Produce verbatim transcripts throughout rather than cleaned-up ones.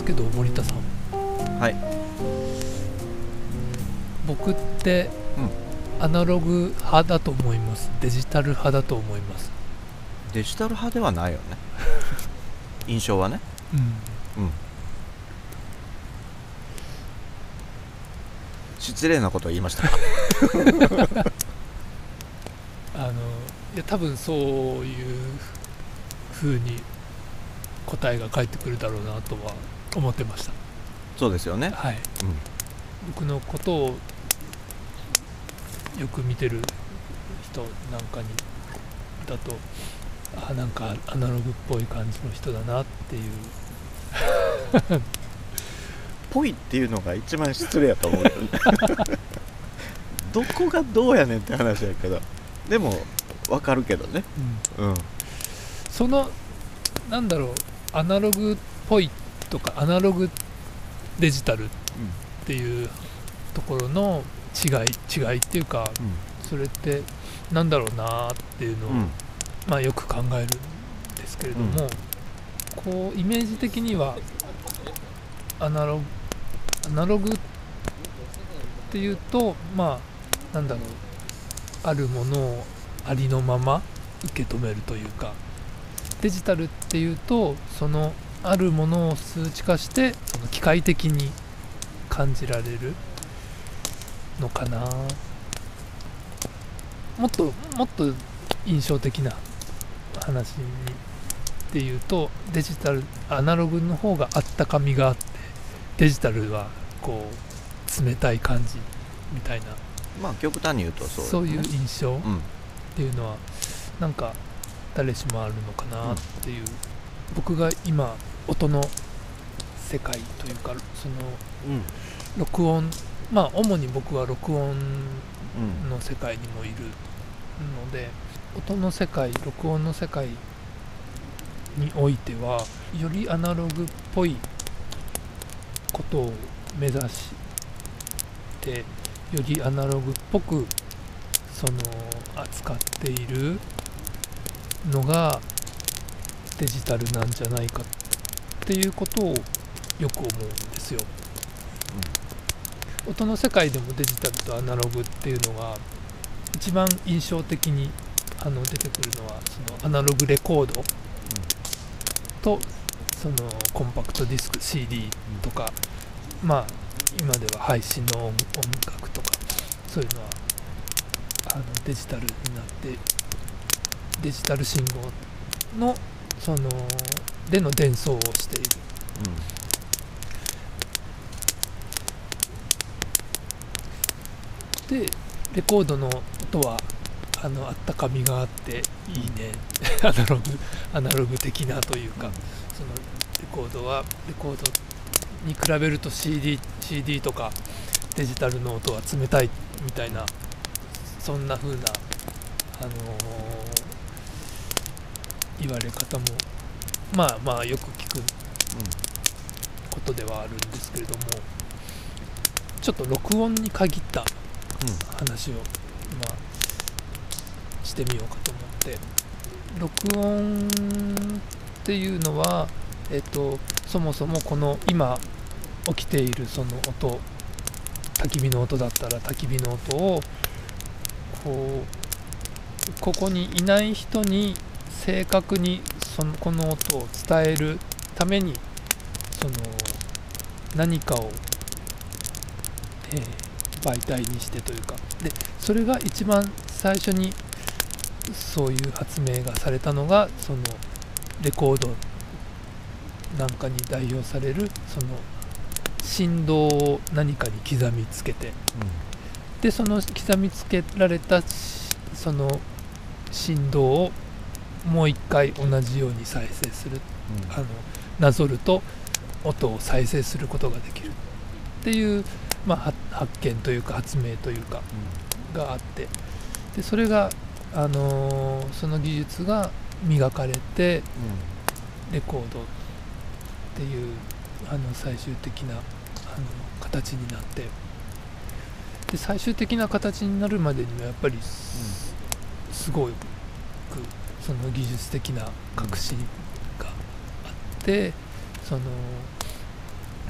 ますけど、森田さん。 はい。 僕ってアナログ派だと思います、デジタル派だと思います？ デジタル派ではないよね印象はね。うんうん。失礼なことを言いましたあのいや多分そういう風に答えが返ってくるだろうなとは思ってました。 そうですよね。 はい、 うん、 僕のことをよく見てる人なんかにだと、あ、なんかアナログっぽい感じの人だなっていうぽいっていうのが一番失礼やと思うどこがどうやねんって話やけど、でも分かるけどね、うん、うん、 そのなんだろう、アナログっぽいとかアナログデジタルっていうところの違い違いっていうか、うん、それってなんだろうなっていうのを、うん、まあよく考えるんですけれども、うん、こうイメージ的にはアナログアナログっていうと、まあなんだろう、あるものをありのまま受け止めるというか、デジタルっていうとそのあるものを数値化してその機械的に感じられるのかな。もっともっと印象的な話にっていうと、デジタルアナログの方があったかみがあって、デジタルはこう冷たい感じみたいな、 まあ極端に言うとそう、ね、 そういう印象っていうのは、うん、なんか誰しもあるのかなっていう、うん、僕が今音の世界というかその、うん、録音、まあ主に僕は録音の世界にもいるので、音の世界、録音の世界においてはよりアナログっぽいことを目指してよりアナログっぽくその扱っているのがデジタルなんじゃないかっていうことをよく思うんですよ、うん、音の世界でもデジタルとアナログっていうのが一番印象的にあの出てくるのはそのアナログレコードとそのコンパクトディスク シーディー とか、うん、まあ今では配信の音楽とかそういうのはあのデジタルになってデジタル信号のそのでの伝送をしている、うん、でレコードの音はあのあったかみがあっていいねアナログアナログ的なというか、うん、そのレコードはレコードに比べると シーディー, シーディー とかデジタルの音は冷たいみたいな、そんな風な、あのー、言われ方もまあまあよく聞くことではあるんですけれども、ちょっと録音に限った話を今してみようかと思って、録音っていうのは、えっと、そもそもこの今起きているその音、焚き火の音だったら焚き火の音をこうここにいない人に正確にそのこの音を伝えるためにその何かを、えー、媒体にしてというかで、それが一番最初にそういう発明がされたのがそのレコードなんかに代表されるその振動を何かに刻みつけて、うん、でその刻みつけられたその振動をもう一回同じように再生する、うん、あのなぞると音を再生することができるっていう、まあ、発見というか発明というか、うん、があって、でそれが、あのー、その技術が磨かれて、うん、レコードっていうあの最終的なあの形になって、で最終的な形になるまでにはやっぱり す,、うん、すごいその技術的な革新があって、その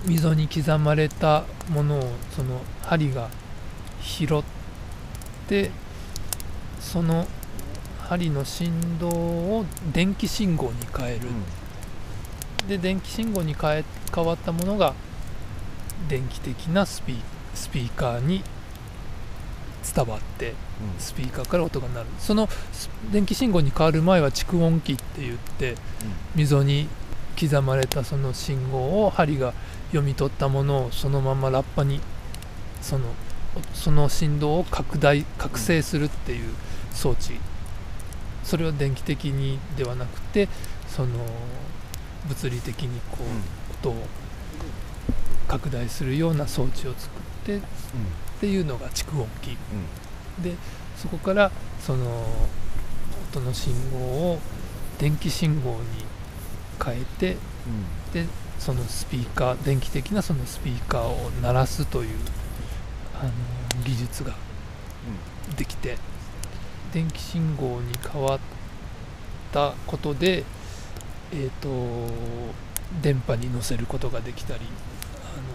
溝に刻まれたものをその針が拾ってその針の振動を電気信号に変える、 うんで電気信号に変え変わったものが電気的なスピスピーカーに伝わってスピーカーから音が鳴る。その電気信号に変わる前は蓄音機って言って溝に刻まれたその信号を針が読み取ったものをそのままラッパにそのその振動を拡大覚醒するっていう装置、それは電気的にではなくてその物理的にこう音を拡大するような装置を作ってっていうのが蓄音機で、そこからその音の信号を電気信号に変えて、でそのスピーカー電気的なそのスピーカーを鳴らすというあの技術ができて、電気信号に変わったことで、えーと電波に乗せることができたり、あの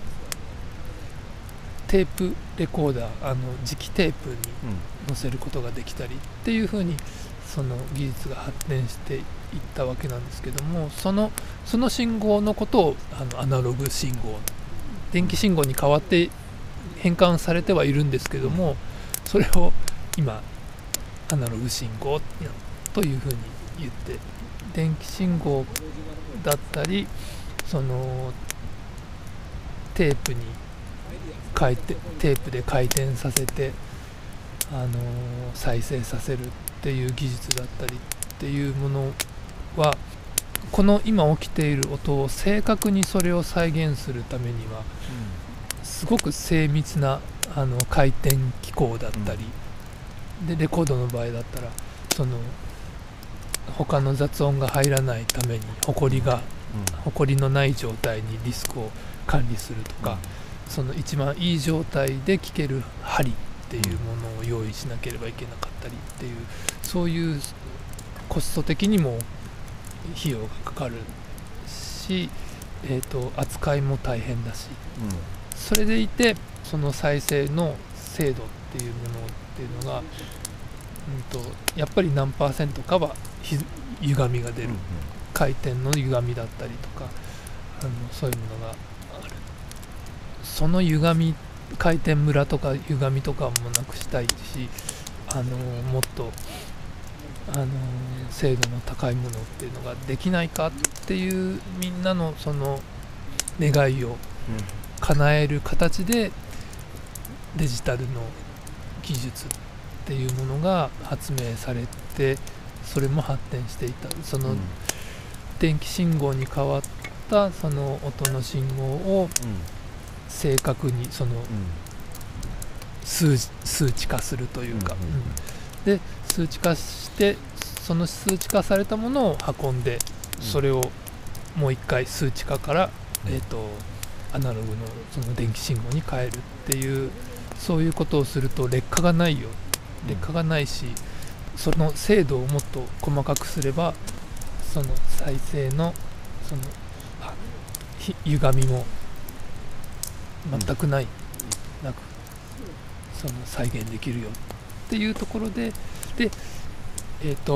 テープレコーダーあの磁気テープに載せることができたりっていう風にその技術が発展していったわけなんですけども、そのその信号のことをあのアナログ信号電気信号に変わって変換されてはいるんですけども、それを今アナログ信号という風に言って、電気信号だったりそのテープに回転テープで回転させて、あの再生させるっていう技術だったりっていうものは、この今起きている音を正確にそれを再現するためにはすごく精密なあの回転機構だったり、でレコードの場合だったらその他の雑音が入らないためにホコリがホコリのない状態にディスクを管理するとか、その一番いい状態で聴ける針っていうものを用意しなければいけなかったりっていう、そういうコスト的にも費用がかかるし、えーと扱いも大変だし、それでいてその再生の精度っていうものっていうのが、うんとやっぱり何パーセントかは歪みが出る、回転の歪みだったりとか、あのそういうものがある。その歪み回転ムラとか歪みとかもなくしたいし、あのもっとあの精度の高いものっていうのができないかっていうみんなのその願いを叶える形でデジタルの技術っていうものが発明されて、それも発展していた。その電気信号に変わったその音の信号を正確にその数数値化するというか、で数値化してその数値化されたものを運んで、それをもう一回数値化から、えーとアナログのその電気信号に変えるっていう、そういうことをすると劣化がないよ劣化がないし、その精度をもっと細かくすればその再生のその歪みも全くない、うん、なくその再現できるよっていうところで、でえっと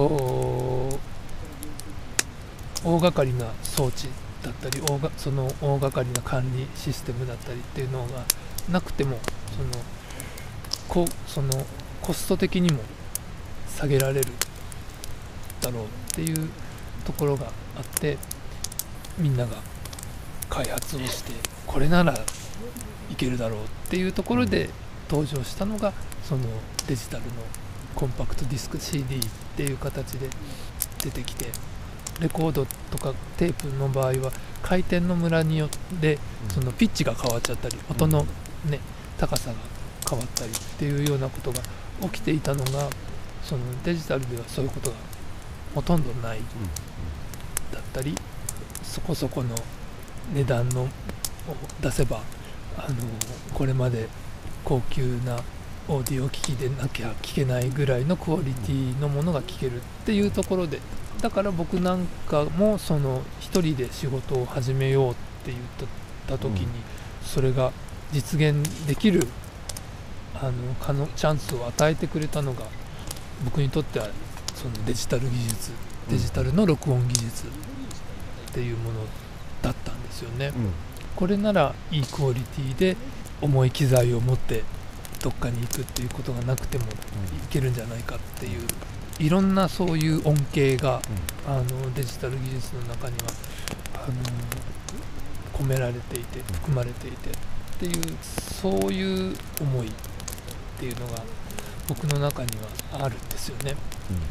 大掛かりな装置だったり大がその大掛かりな管理システムだったりっていうのがなくても、そのこそのコスト的にも下げられるだろうっていうところがあって、みんなが開発をしてこれならいけるだろうっていうところで登場したのがそのデジタルのコンパクトディスク シーディー っていう形で出てきて、レコードとかテープの場合は回転のムラによってそのピッチが変わっちゃったり、音のね高さが変わったりっていうようなことが起きていたのが、そのデジタルではそういうことがほとんどないだったり、そこそこの値段のを出せばあのこれまで高級なオーディオ機器でなきゃ聞けないぐらいのクオリティのものが聞けるっていうところで、だから僕なんかもその一人で仕事を始めようって言ったた時にうんそれが実現できるあの可能チャンスを与えてくれたのが僕にとってはそのデジタル技術、デジタルの録音技術っていうものだったんですよね、 うんこれならいいクオリティで重い機材を持ってどっかに行くっていうことがなくてもいけるんじゃないかっていういろんなそういう恩恵があのデジタル技術の中にはあの込められていて含まれていてっていうそういう思いっていうのが僕の中にはあるんですよね。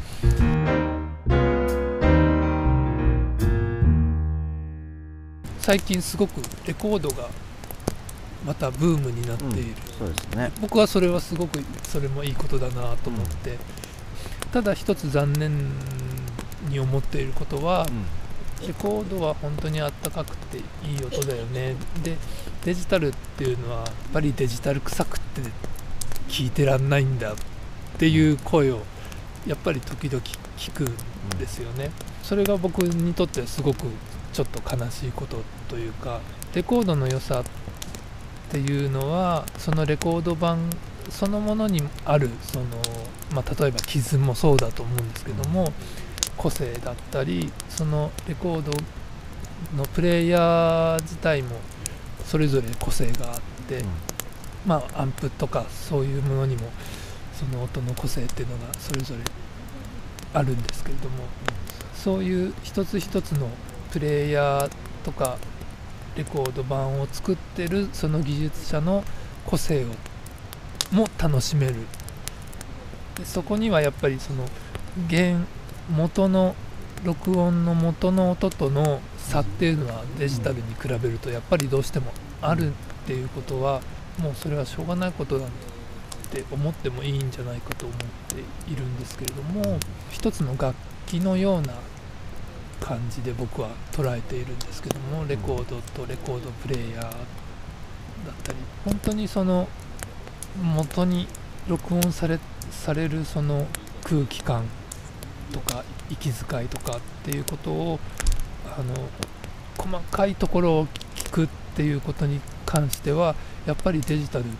最近すごくレコードがまたブームになっている、 うんそうですね。 僕はそれはすごくそれもいいことだなと思って、うん、ただ一つ残念に思っていることは、うん、レコードは本当にあったかくていい音だよね。でデジタルっていうのはやっぱりデジタル臭くって聞いてらんないんだっていう声をやっぱり時々聞くんですよね、うん、それが僕にとってはすごくちょっと悲しいことというか、レコードの良さっていうのはそのレコード盤そのものにあるその、まあ、例えば傷もそうだと思うんですけども、個性だったりそのレコードのプレイヤー自体もそれぞれ個性があって、うん、まあアンプとかそういうものにもその音の個性っていうのがそれぞれあるんですけれども、そういう一つ一つのプレイヤーとかレコード盤を作ってるその技術者の個性をも楽しめる。でそこにはやっぱりその原元の録音の元の音との差っていうのはデジタルに比べるとやっぱりどうしてもあるっていうことはもうそれはしょうがないことだって思ってもいいんじゃないかと思っているんですけれども、一つの楽器のような感じで僕は捉えているんですけども、レコードとレコードプレイヤーだったり本当にその元に録音され、されるその空気感とか息遣いとかっていうことをあの細かいところを聞くっていうことに関してはやっぱりデジタル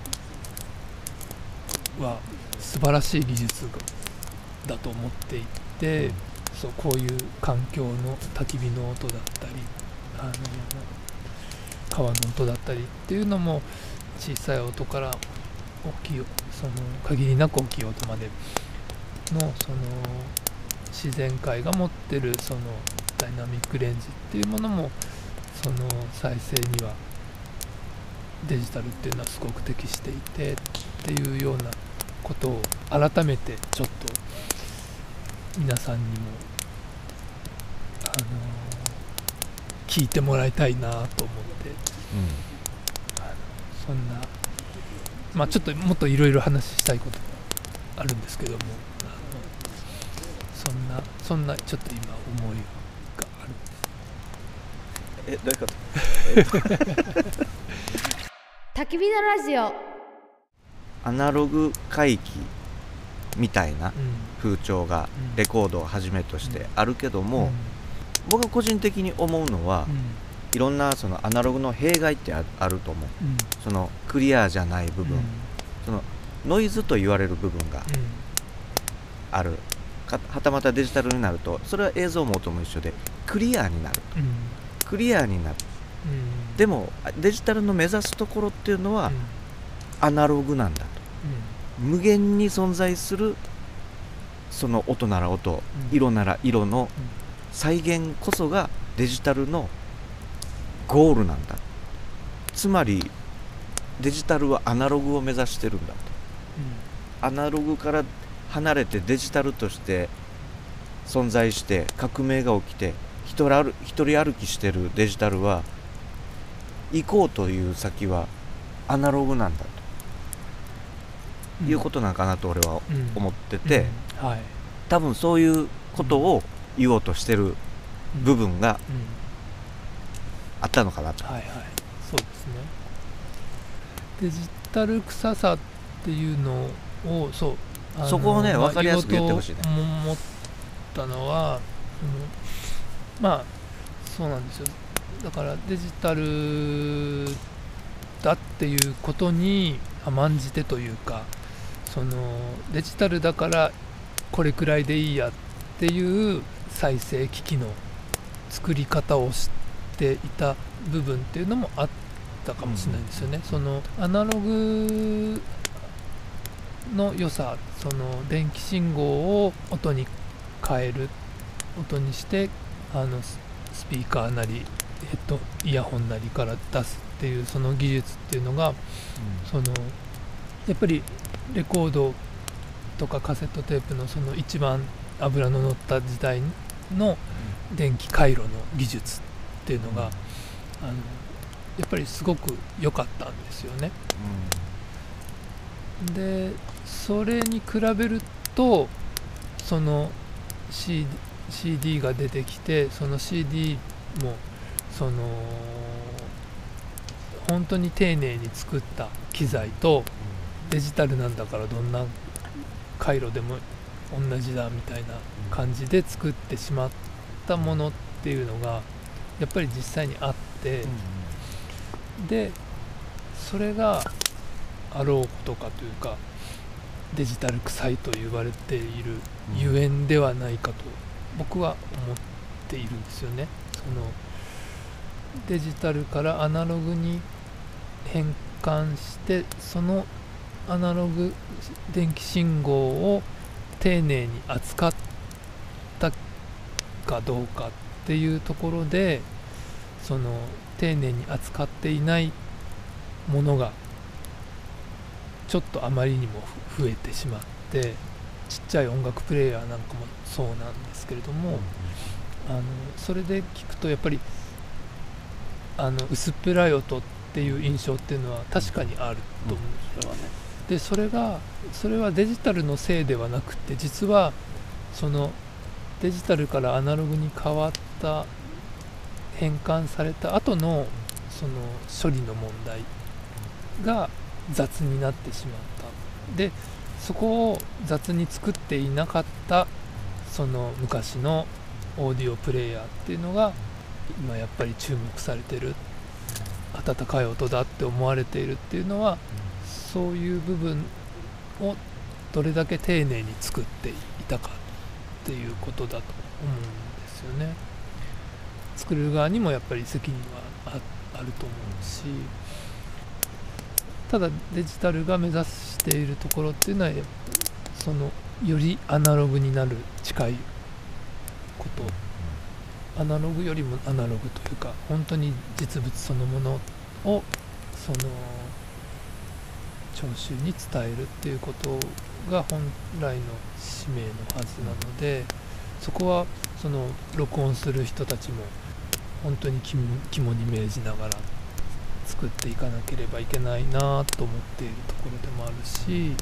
は素晴らしい技術だと思っていて、うんそうこういう環境の焚き火の音だったりあの川の音だったりっていうのも小さい音から大きいその限りなく大きい音までのその自然界が持ってるそのダイナミックレンジっていうものもその再生にはデジタルっていうのはすごく適していてっていうようなことを改めてちょっと皆さんにも、あのー、聞いてもらいたいなと思って、うん、あのそんな、まあ、ちょっともっといろいろ話したいことがあるんですけども、あのそんなそんなちょっと今思いがある。 えどういうこと焚き火のラジオ。 アナログ回帰みたいな風潮がレコードをはじめとしてあるけども、僕が個人的に思うのは、いろんなそのアナログの弊害ってあると思う、そのクリアじゃない部分、そのノイズと言われる部分があるか、はたまたデジタルになるとそれは映像も音も一緒でクリアになる、クリアになる、でもデジタルの目指すところっていうのはアナログなんだと、無限に存在するその音なら音、うん、色なら色の再現こそがデジタルのゴールなんだ。つまりデジタルはアナログを目指してるんだと、うん、アナログから離れてデジタルとして存在して革命が起きて一人歩、一人歩きしてるデジタルは行こうという先はアナログなんだということなのかなと俺は思ってて、うんうんはい、多分そういうことを言おうとしてる部分があったのかなと、 はいはい、そうですね。デジタル臭さっていうのをそうあのそこをね分かりやすく言ってほしいね。 思ったのは、うん、まあそうなんですよ。 だからデジタルだっていうことに甘んじてというか、そのデジタルだからこれくらいでいいやっていう再生機器の作り方をしていた部分っていうのもあったかもしれないですよね、うん、そのアナログの良さ、その電気信号を音に変える、音にしてあのスピーカーなりヘッドイヤホンなりから出すっていうその技術っていうのが、うん、そのやっぱりレコードとかカセットテープのその一番脂の乗った時代の電気回路の技術っていうのが、うん、あのやっぱりすごく良かったんですよね、うん、でそれに比べるとその シーディー, シーディー が出てきて、その シーディー もその本当に丁寧に作った機材とデジタルなんだからどんな回路でも同じだみたいな感じで作ってしまったものっていうのがやっぱり実際にあって、でそれがあろうことかというかデジタル臭いと言われているゆえんではないかと僕は思っているんですよね。そのデジタルからアナログに変換して、そのアナログ電気信号を丁寧に扱ったかどうかっていうところで、その丁寧に扱っていないものがちょっとあまりにも増えてしまって、ちっちゃい音楽プレーヤーなんかもそうなんですけれども、あのそれで聞くとやっぱりあの薄っぺらい音っていう印象っていうのは確かにあると思うんですよ、うん、それはね。でそれがそれはデジタルのせいではなくて、実はそのデジタルからアナログに変わった変換された後のその処理の問題が雑になってしまった。でそこを雑に作っていなかったその昔のオーディオプレイヤーっていうのが今やっぱり注目されてる、温かい音だって思われているっていうのは、そういう部分をどれだけ丁寧に作っていたかっていうことだと思うんですよね。作る側にもやっぱり責任は あ, あると思うし、ただデジタルが目指しているところっていうのはそのよりアナログになる近いこと、アナログよりもアナログというか本当に実物そのものをその聴衆に伝えるっていうことが本来の使命のはずなので、そこはその録音する人たちも本当に肝に銘じながら作っていかなければいけないなと思っているところでもあるし、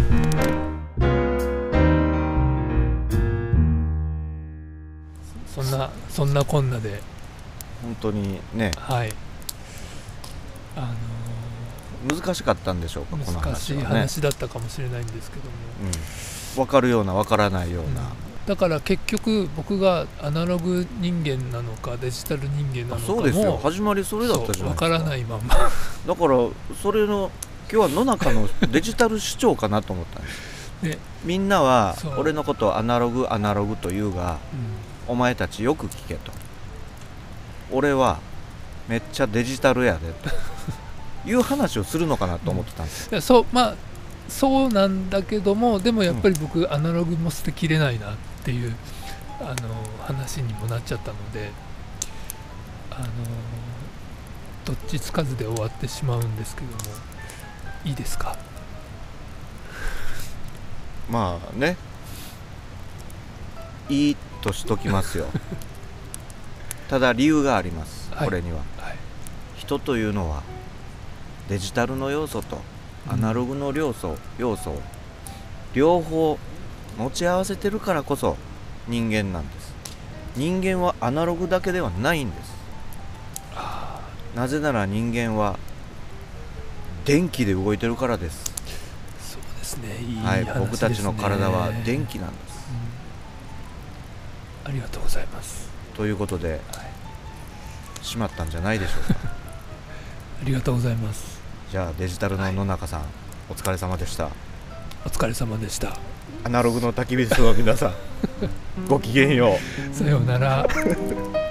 そんなそんなこんなで本当にね、 はい、あのー、難しかったんでしょうか、この話はね。 難しい話だったかもしれないんですけども、 うん、分かるような分からないような、うん、 だから結局僕がアナログ人間なのかデジタル人間なのかもそうですよ、始まりそれだったじゃないですか。 分からないままだからそれの今日は野中のデジタル主張かなと思ったんですね、みんなは俺のことをアナログアナログと言うが、うん、お前たちよく聞けと、俺はめっちゃデジタルやでという話をするのかなと思ってたんですよ、 うん、いやそうまあそうなんだけども、でもやっぱり僕、うん、アナログも捨てきれないなっていうあの話にもなっちゃったので、あのどっちつかずで終わってしまうんですけども、いいですか。 まあね、いいとしときますよただ理由があります、はい、これには、はい、人というのはデジタルの要素とアナログの要素、うん、要素を両方持ち合わせてるからこそ人間なんです。人間はアナログだけではないんです。なぜなら人間は電気で動いてるからです。 そうですね、いいはい、 話ですね。 僕たちの体は電気なんです、 うん、ありがとうございます。 ということで、はい、 しまったんじゃないでしょうか。 ありがとうございます。 じゃあデジタルの野中さん、はい、お疲れ様でした。 お疲れ様でした。 アナログの焚き火の皆さんごきげんよう。 さようなら。